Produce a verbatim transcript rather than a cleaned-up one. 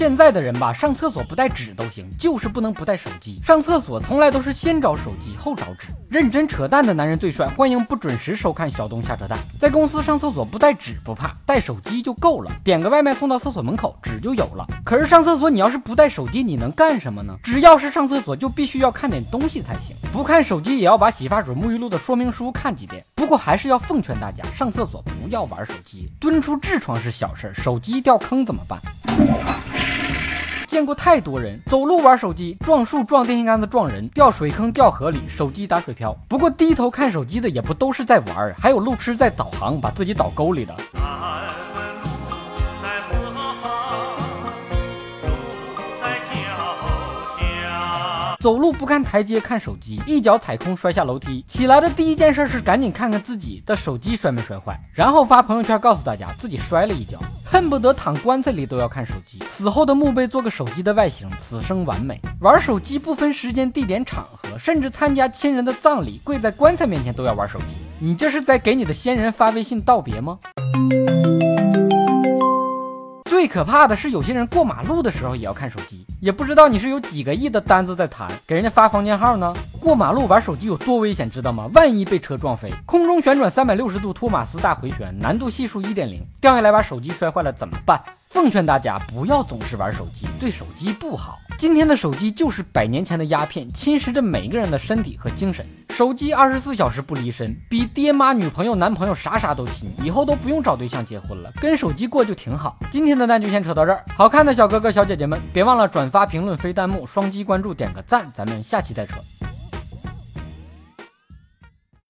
现在的人吧，上厕所不带纸都行，就是不能不带手机。上厕所从来都是先找手机后找纸。认真扯淡的男人最帅，欢迎不准时收看小东下扯淡。在公司上厕所不带纸不怕，带手机就够了，点个外卖送到厕所门口，纸就有了。可是上厕所你要是不带手机，你能干什么呢？只要是上厕所就必须要看点东西才行，不看手机也要把洗发水、沐浴露的说明书看几遍。不过还是要奉劝大家，上厕所不要玩手机，蹲出痔疮是小事，手机掉坑怎么办？见过太多人走路玩手机，撞树、撞电线杆子、撞人，掉水坑、掉河里，手机打水漂。不过低头看手机的也不都是在玩，还有路痴在导航，把自己导沟里的。走路不看台阶看手机，一脚踩空摔下楼梯，起来的第一件事是赶紧看看自己的手机摔没摔坏，然后发朋友圈告诉大家自己摔了一跤，恨不得躺棺材里都要看手机，死后的墓碑做个手机的外形，此生完美。玩手机不分时间地点场合，甚至参加亲人的葬礼，跪在棺材面前都要玩手机，你这是在给你的先人发微信道别吗？最可怕的是有些人过马路的时候也要看手机，也不知道你是有几个亿的单子在谈，给人家发房间号呢。过马路玩手机有多危险知道吗？万一被车撞飞，空中旋转三百六十度托马斯大回旋，难度系数 一点零， 掉下来把手机摔坏了怎么办？奉劝大家不要总是玩手机，对手机不好。今天的手机就是百年前的鸦片，侵蚀着每个人的身体和精神。手机二十四小时不离身，比爹妈、女朋友、男朋友啥啥都亲，以后都不用找对象结婚了，跟手机过就挺好。今天的蛋就先扯到这儿，好看的小哥哥小姐姐们，别忘了转发、评论、飞弹幕、双击关注、点个赞，咱们下期再扯。